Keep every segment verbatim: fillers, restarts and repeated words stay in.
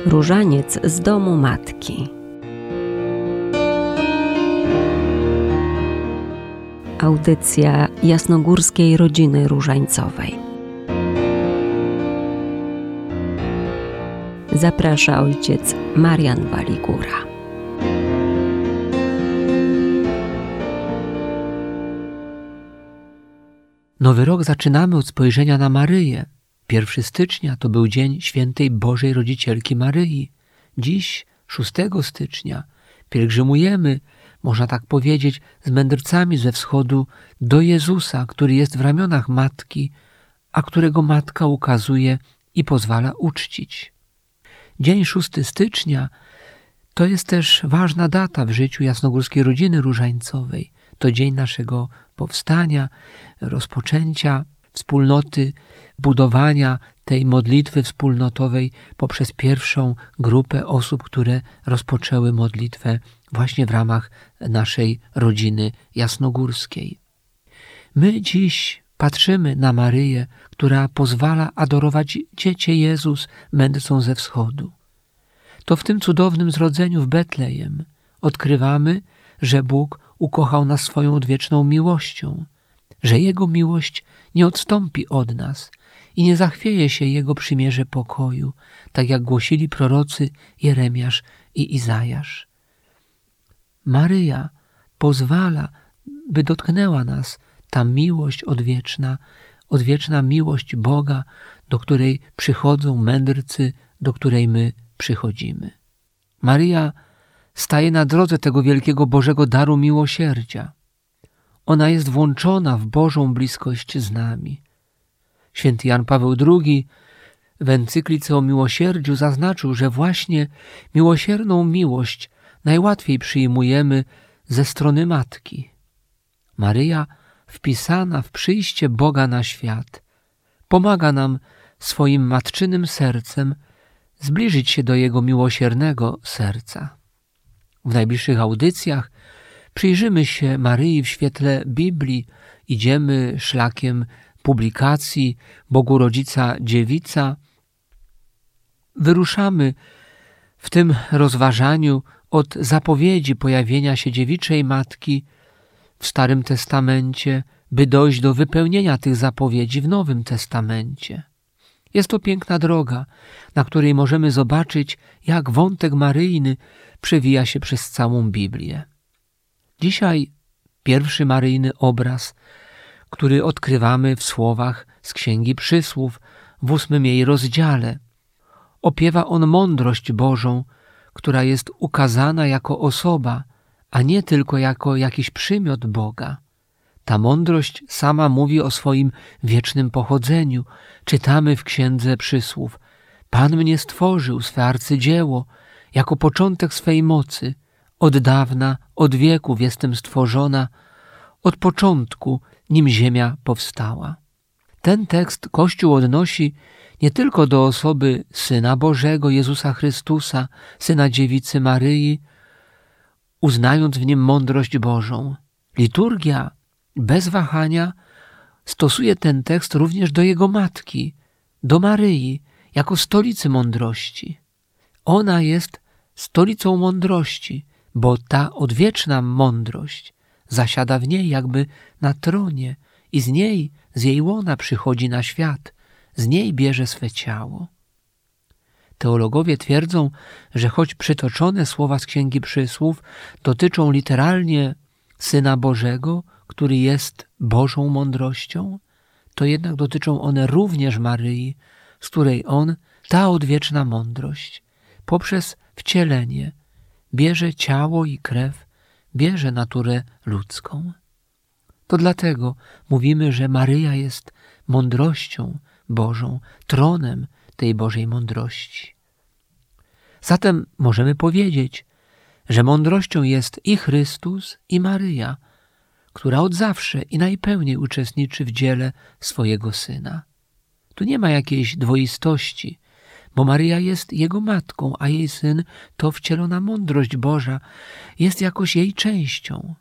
Różaniec z domu matki. Audycja jasnogórskiej rodziny różańcowej. Zaprasza ojciec Marian Waligura. Nowy rok zaczynamy od spojrzenia na Maryję. pierwszego stycznia to był dzień świętej Bożej Rodzicielki Maryi. Dziś, szóstego stycznia, pielgrzymujemy, można tak powiedzieć, z mędrcami ze wschodu do Jezusa, który jest w ramionach Matki, a którego Matka ukazuje i pozwala uczcić. Dzień szóstego stycznia to jest też ważna data w życiu jasnogórskiej rodziny różańcowej. To dzień naszego powstania, rozpoczęcia wspólnoty, budowania tej modlitwy wspólnotowej poprzez pierwszą grupę osób, które rozpoczęły modlitwę właśnie w ramach naszej rodziny jasnogórskiej. My dziś patrzymy na Maryję, która pozwala adorować Dziecię Jezus mędrcom ze wschodu. To w tym cudownym zrodzeniu w Betlejem odkrywamy, że Bóg ukochał nas swoją odwieczną miłością, że Jego miłość nie odstąpi od nas i nie zachwieje się Jego przymierze pokoju, tak jak głosili prorocy Jeremiasz i Izajasz. Maryja pozwala, by dotknęła nas ta miłość odwieczna, odwieczna miłość Boga, do której przychodzą mędrcy, do której my przychodzimy. Maryja staje na drodze tego wielkiego Bożego daru miłosierdzia. Ona jest włączona w Bożą bliskość z nami. Święty Jan Paweł drugi w encyklice o miłosierdziu zaznaczył, że właśnie miłosierną miłość najłatwiej przyjmujemy ze strony Matki. Maryja, wpisana w przyjście Boga na świat, pomaga nam swoim matczynym sercem zbliżyć się do Jego miłosiernego serca. W najbliższych audycjach przyjrzymy się Maryi w świetle Biblii, idziemy szlakiem publikacji Bogu Rodzica Dziewica. Wyruszamy w tym rozważaniu od zapowiedzi pojawienia się dziewiczej Matki w Starym Testamencie, by dojść do wypełnienia tych zapowiedzi w Nowym Testamencie. Jest to piękna droga, na której możemy zobaczyć, jak wątek maryjny przewija się przez całą Biblię. Dzisiaj pierwszy maryjny obraz, który odkrywamy w słowach z Księgi Przysłów w ósmym jej rozdziale. Opiewa on mądrość Bożą, która jest ukazana jako osoba, a nie tylko jako jakiś przymiot Boga. Ta mądrość sama mówi o swoim wiecznym pochodzeniu. Czytamy w Księdze Przysłów: Pan mnie stworzył, swe arcydzieło, jako początek swej mocy. Od dawna, od wieków jestem stworzona, od początku, nim ziemia powstała. Ten tekst Kościół odnosi nie tylko do osoby Syna Bożego, Jezusa Chrystusa, Syna Dziewicy Maryi, uznając w nim mądrość Bożą. Liturgia bez wahania stosuje ten tekst również do Jego Matki, do Maryi, jako stolicy mądrości. Ona jest stolicą mądrości, bo ta odwieczna mądrość zasiada w niej jakby na tronie i z niej, z jej łona przychodzi na świat, z niej bierze swe ciało. Teologowie twierdzą, że choć przytoczone słowa z Księgi Przysłów dotyczą literalnie Syna Bożego, który jest Bożą mądrością, to jednak dotyczą one również Maryi, z której On, ta odwieczna mądrość, poprzez wcielenie bierze ciało i krew, bierze naturę ludzką. To dlatego mówimy, że Maryja jest mądrością Bożą, tronem tej Bożej mądrości. Zatem możemy powiedzieć, że mądrością jest i Chrystus, i Maryja, która od zawsze i najpełniej uczestniczy w dziele swojego Syna. Tu nie ma jakiejś dwoistości, bo Maryja jest Jego matką, a jej Syn to wcielona mądrość Boża, jest jakoś jej częścią.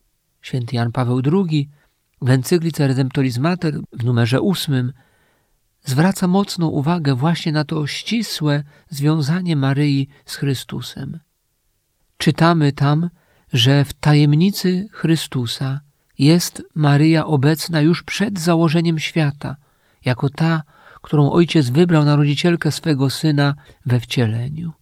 Święty Jan Paweł drugi w encyklice Redemptoris Mater w numerze ósmym zwraca mocną uwagę właśnie na to ścisłe związanie Maryi z Chrystusem. Czytamy tam, że w tajemnicy Chrystusa jest Maryja obecna już przed założeniem świata, jako ta, którą Ojciec wybrał na rodzicielkę swego Syna we wcieleniu.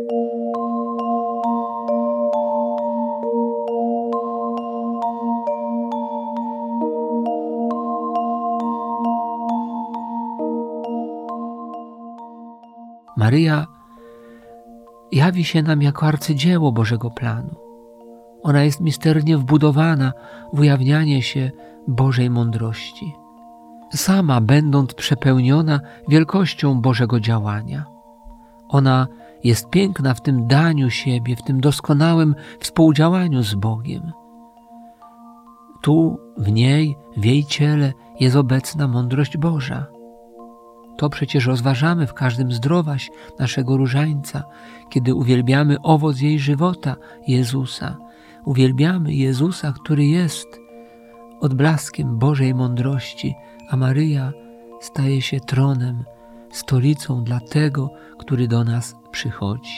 Maryja jawi się nam jako arcydzieło Bożego planu. Ona jest misternie wbudowana w ujawnianie się Bożej mądrości, sama będąc przepełniona wielkością Bożego działania. Ona jest piękna w tym daniu siebie, w tym doskonałym współdziałaniu z Bogiem. Tu, w niej, w jej ciele jest obecna mądrość Boża. To przecież rozważamy w każdym zdrowaś naszego różańca, kiedy uwielbiamy owoc jej żywota, Jezusa. Uwielbiamy Jezusa, który jest odblaskiem Bożej mądrości, a Maryja staje się tronem, stolicą dla tego, który do nas przychodzi.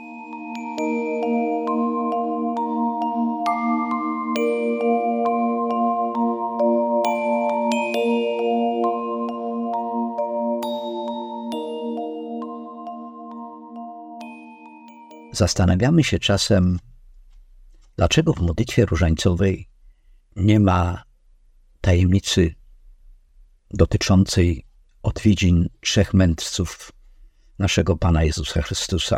Zastanawiamy się czasem, dlaczego w modlitwie różańcowej nie ma tajemnicy dotyczącej odwiedzin trzech mędrców naszego Pana Jezusa Chrystusa,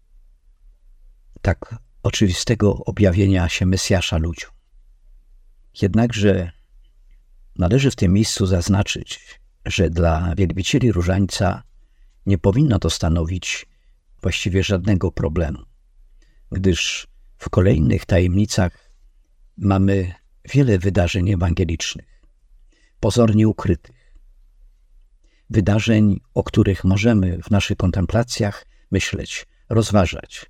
tak oczywistego objawienia się Mesjasza ludziom. Jednakże należy w tym miejscu zaznaczyć, że dla wielbicieli różańca nie powinno to stanowić właściwie żadnego problemu, gdyż w kolejnych tajemnicach mamy wiele wydarzeń ewangelicznych, pozornie ukrytych. Wydarzeń, o których możemy w naszych kontemplacjach myśleć, rozważać.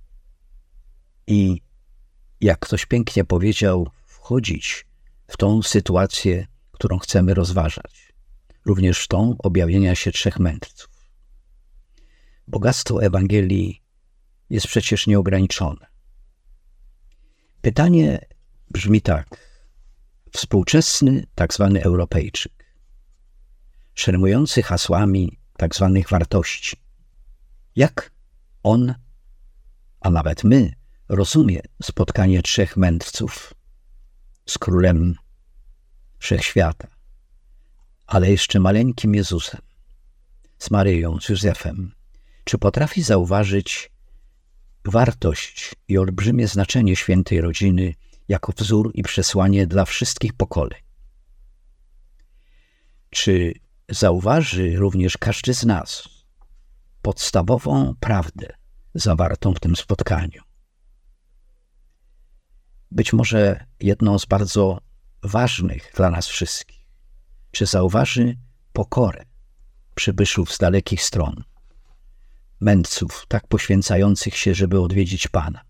I jak ktoś pięknie powiedział, wchodzić w tą sytuację, którą chcemy rozważać. Również w tą objawienia się trzech mędrców. Bogactwo Ewangelii jest przecież nieograniczone. Pytanie brzmi tak. Współczesny tak zwany Europejczyk, szermujący hasłami tak zwanych wartości, jak on, a nawet my, rozumie spotkanie trzech mędrców z Królem Wszechświata, ale jeszcze maleńkim Jezusem, z Maryją, z Józefem? Czy potrafi zauważyć wartość i olbrzymie znaczenie świętej rodziny jako wzór i przesłanie dla wszystkich pokoleń? Czy zauważy również każdy z nas podstawową prawdę zawartą w tym spotkaniu? Być może jedną z bardzo ważnych dla nas wszystkich. Czy zauważy pokorę przybyszów z dalekich stron, mędrców tak poświęcających się, żeby odwiedzić Pana?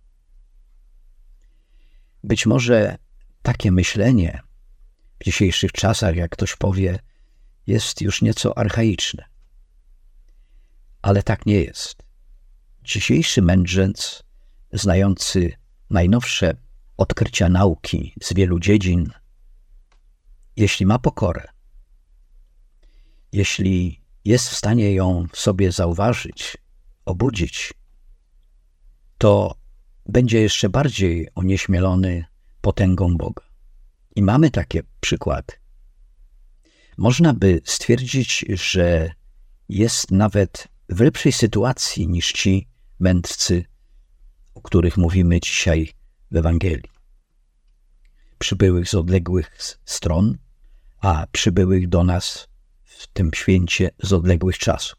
Być może takie myślenie w dzisiejszych czasach, jak ktoś powie, jest już nieco archaiczne. Ale tak nie jest. Dzisiejszy mędrzec, znający najnowsze odkrycia nauki z wielu dziedzin, jeśli ma pokorę, jeśli jest w stanie ją w sobie zauważyć, obudzić, to będzie jeszcze bardziej onieśmielony potęgą Boga. I mamy takie przykłady. Można by stwierdzić, że jest nawet w lepszej sytuacji niż ci mędrcy, o których mówimy dzisiaj w Ewangelii. Przybyłych z odległych stron, a przybyłych do nas w tym święcie z odległych czasów.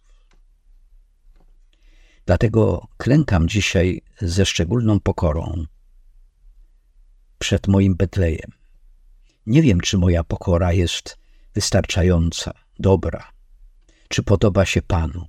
Dlatego klękam dzisiaj ze szczególną pokorą przed moim Betlejem. Nie wiem, czy moja pokora jest wystarczająca, dobra, czy podoba się Panu.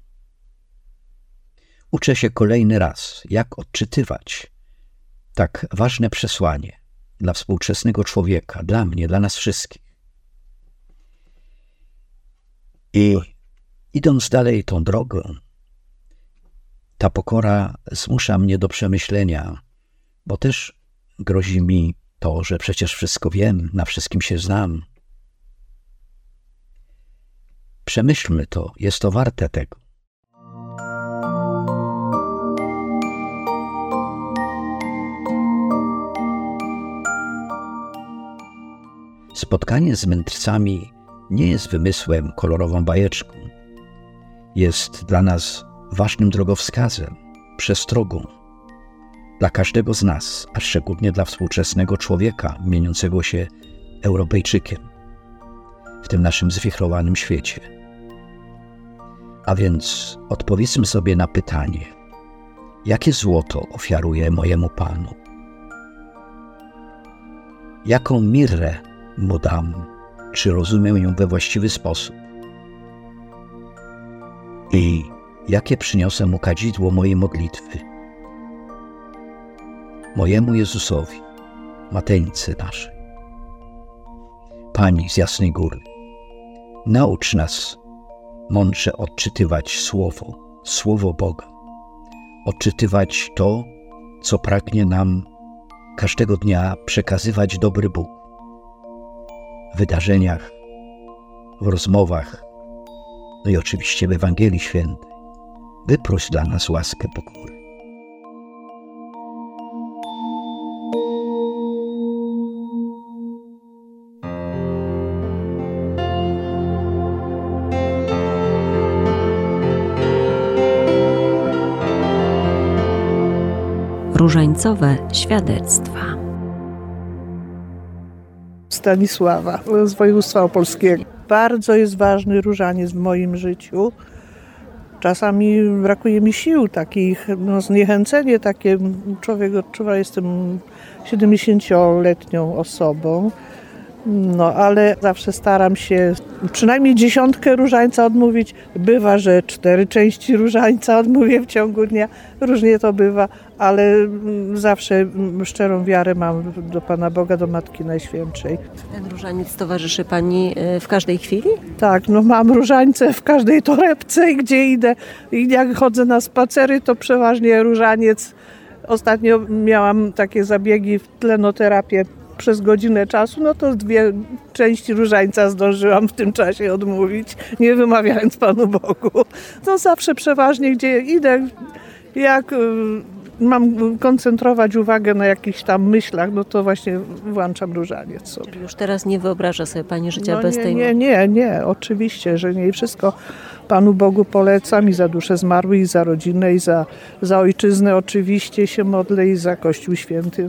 Uczę się kolejny raz, jak odczytywać tak ważne przesłanie dla współczesnego człowieka, dla mnie, dla nas wszystkich. I idąc dalej tą drogą, ta pokora zmusza mnie do przemyślenia, bo też grozi mi to, że przecież wszystko wiem, na wszystkim się znam. Przemyślmy to, jest to warte tego. Spotkanie z mędrcami nie jest wymysłem, kolorową bajeczką. Jest dla nas ważnym drogowskazem, przestrogą. Dla każdego z nas, a szczególnie dla współczesnego człowieka mieniącego się Europejczykiem w tym naszym zwichrowanym świecie. A więc odpowiedzmy sobie na pytanie, jakie złoto ofiaruję mojemu Panu? Jaką mirrę mu dam? Czy rozumiem ją we właściwy sposób? I jakie przyniosę mu kadzidło mojej modlitwy? Mojemu Jezusowi, Mateńce naszej. Pani z Jasnej Góry, naucz nas mądrze odczytywać Słowo, Słowo Boga. Odczytywać to, co pragnie nam każdego dnia przekazywać dobry Bóg. W wydarzeniach, w rozmowach, no i oczywiście w Ewangelii Świętej. Wyproś dla nas łaskę pokory. Różańcowe świadectwa. Stanisława z województwa opolskiego. Bardzo jest ważny różaniec w moim życiu. Czasami brakuje mi sił takich, no zniechęcenie takie człowiek odczuwa. Jestem siedemdziesięcioletnią osobą, no ale zawsze staram się przynajmniej dziesiątkę różańca odmówić. Bywa, że cztery części różańca odmówię w ciągu dnia. Różnie to bywa, ale zawsze szczerą wiarę mam do Pana Boga, do Matki Najświętszej. Ten różaniec towarzyszy Pani w każdej chwili? Tak, no mam różańce w każdej torebce i gdzie idę. I jak chodzę na spacery, to przeważnie różaniec. Ostatnio miałam takie zabiegi w tlenoterapię przez godzinę czasu, no to dwie części różańca zdążyłam w tym czasie odmówić, nie wymawiając Panu Bogu. No zawsze przeważnie, gdzie idę, jak mam koncentrować uwagę na jakichś tam myślach, no to właśnie włączam różaniec sobie. Czyli już teraz nie wyobraża sobie Pani życia no bez nie, tej... Nie, nie, nie, oczywiście, że nie. I wszystko Panu Bogu polecam i za dusze zmarłych, i za rodzinę, i za, za ojczyznę oczywiście się modlę, i za Kościół Święty.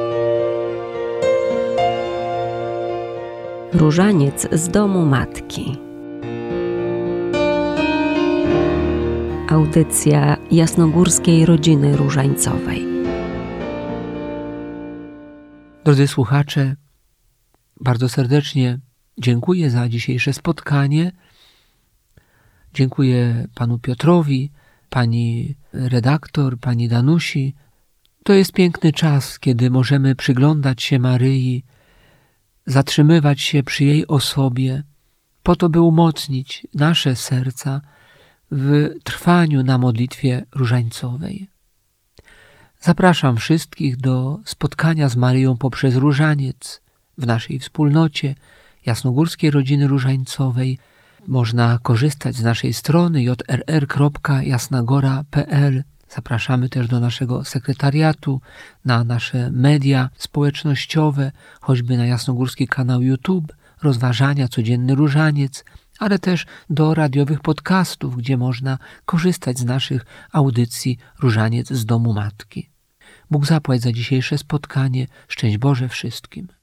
Różaniec z domu matki. Audycja Jasnogórskiej Rodziny Różańcowej. Drodzy słuchacze, bardzo serdecznie dziękuję za dzisiejsze spotkanie. Dziękuję panu Piotrowi, pani redaktor, pani Danusi. To jest piękny czas, kiedy możemy przyglądać się Maryi, zatrzymywać się przy jej osobie, po to, by umocnić nasze serca w trwaniu na modlitwie różańcowej. Zapraszam wszystkich do spotkania z Maryją poprzez różaniec w naszej wspólnocie Jasnogórskiej Rodziny Różańcowej. Można korzystać z naszej strony j r r kropka jasnagora kropka p l. Zapraszamy też do naszego sekretariatu, na nasze media społecznościowe, choćby na Jasnogórski kanał YouTube, Rozważania, Codzienny Różaniec, ale też do radiowych podcastów, gdzie można korzystać z naszych audycji Różaniec z domu matki. Bóg zapłać za dzisiejsze spotkanie. Szczęść Boże wszystkim.